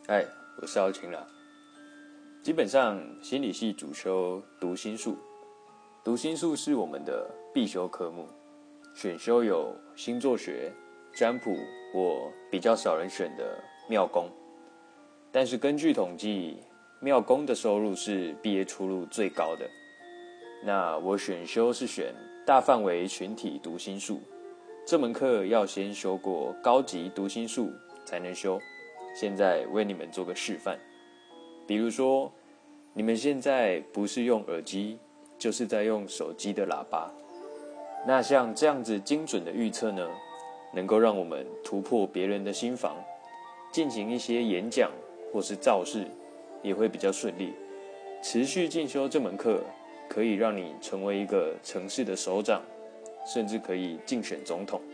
嗨，我是敖晴啦。基本上心理系主修读心术，读心术是我们的必修科目。选修有星座学、占卜，我比较少人选的庙公。但是根据统计，庙公的收入是毕业出路最高的。那我选修是选大范围群体读心术，这门课要先修过高级读心术才能修。现在为你们做个示范，比如说，你们现在不是用耳机，就是在用手机的喇叭。那像这样子精准的预测呢，能够让我们突破别人的心防，进行一些演讲或是造势，也会比较顺利。持续进修这门课，可以让你成为一个城市的首长，甚至可以竞选总统。